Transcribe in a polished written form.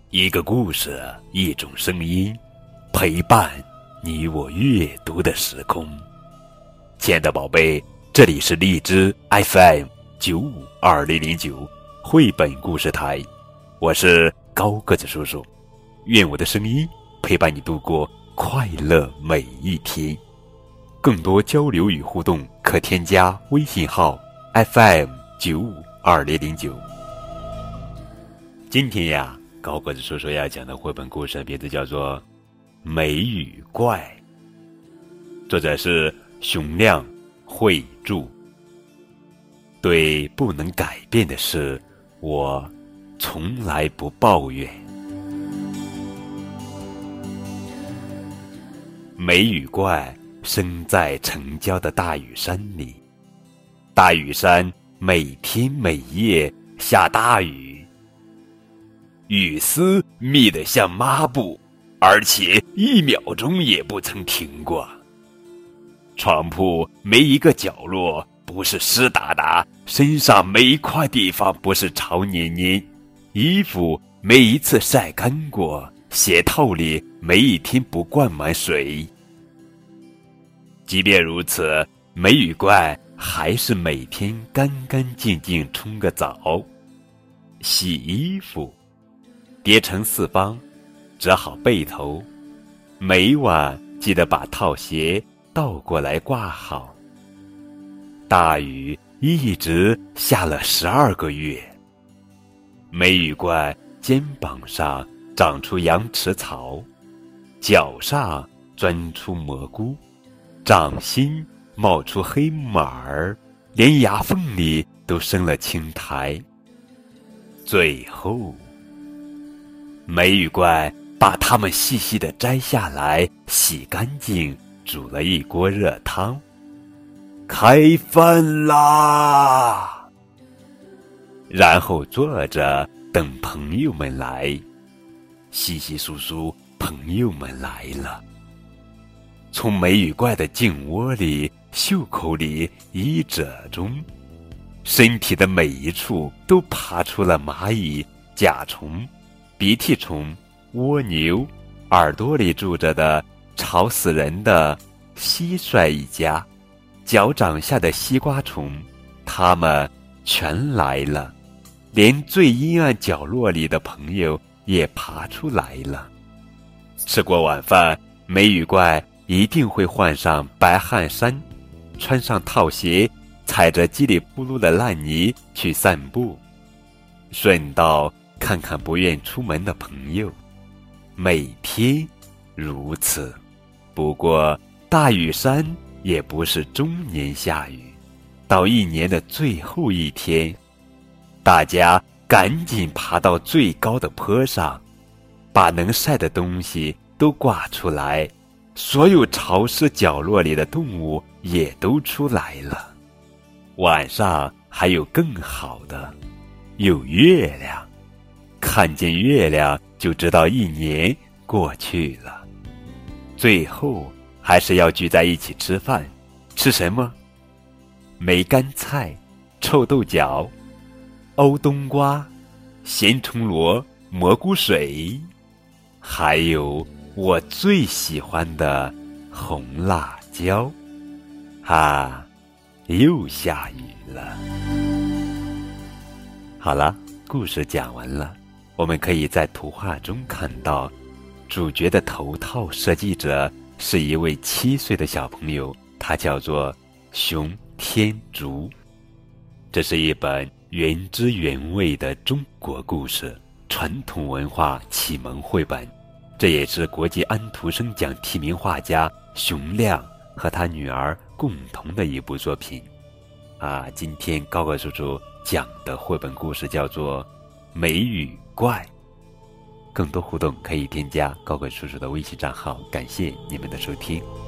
一个故事，一种声音，陪伴你我阅读的时空。亲爱的宝贝，这里是荔枝 FM952009 绘本故事台，我是高个子叔叔，愿我的声音陪伴你度过快乐每一天。更多交流与互动，可添加微信号 FM952009。今天呀，高个子叔叔要讲的绘本故事名字叫做《美与怪》，作者是熊亮绘著。对不能改变的事，我从来不抱怨。美与怪生在城郊的大屿山里，大屿山每天每夜下大雨，雨丝密得像抹布，而且1秒钟也不曾停过。床铺没一个角落不是湿哒哒，身上没一块地方不是潮黏黏，衣服没一次晒干过，鞋套里没一天不灌满水。即便如此，美与怪还是每天干干净净冲个澡，洗衣服，叠成4方，折好背头，每晚记得把套鞋倒过来挂好。大雨一直下了12个月，美与怪肩膀上长出羊齿草，脚上钻出蘑菇，掌心冒出黑马儿，连牙缝里都生了青苔。最后美与怪把它们细细地摘下来，洗干净，煮了一锅热汤。开饭啦！然后坐着等朋友们来。稀稀疏疏，朋友们来了。从美与怪的颈窝里、袖口里、衣褶中，身体的每一处都爬出了蚂蚁、甲虫、鼻涕虫、蜗牛，耳朵里住着的吵死人的蟋蟀一家，脚掌下的西瓜虫，他们全来了，连最阴暗角落里的朋友也爬出来了。吃过晚饭，美与怪一定会换上白汗衫，穿上套鞋，踩着叽里咕噜的烂泥去散步，顺道看看不愿出门的朋友。每天如此。不过大屿山也不是终年下雨，到1年的最后一天，大家赶紧爬到最高的坡上，把能晒的东西都挂出来，所有潮湿角落里的动物也都出来了。晚上还有更好的，有月亮，看见月亮就知道1年过去了。最后还是要聚在一起吃饭，吃什么？梅干菜、臭豆角、欧冬瓜、咸虫螺、蘑菇水，还有我最喜欢的红辣椒。啊，又下雨了。好了，故事讲完了。我们可以在图画中看到，主角的头套设计者是一位7岁的小朋友，他叫做熊天竺。这是一本原汁原味的中国故事，传统文化启蒙绘本。这也是国际安徒生奖提名画家熊亮和他女儿共同的一部作品。今天高个叔叔讲的绘本故事叫做《美与怪》。更多互动可以添加高个叔叔的微信账号，感谢你们的收听。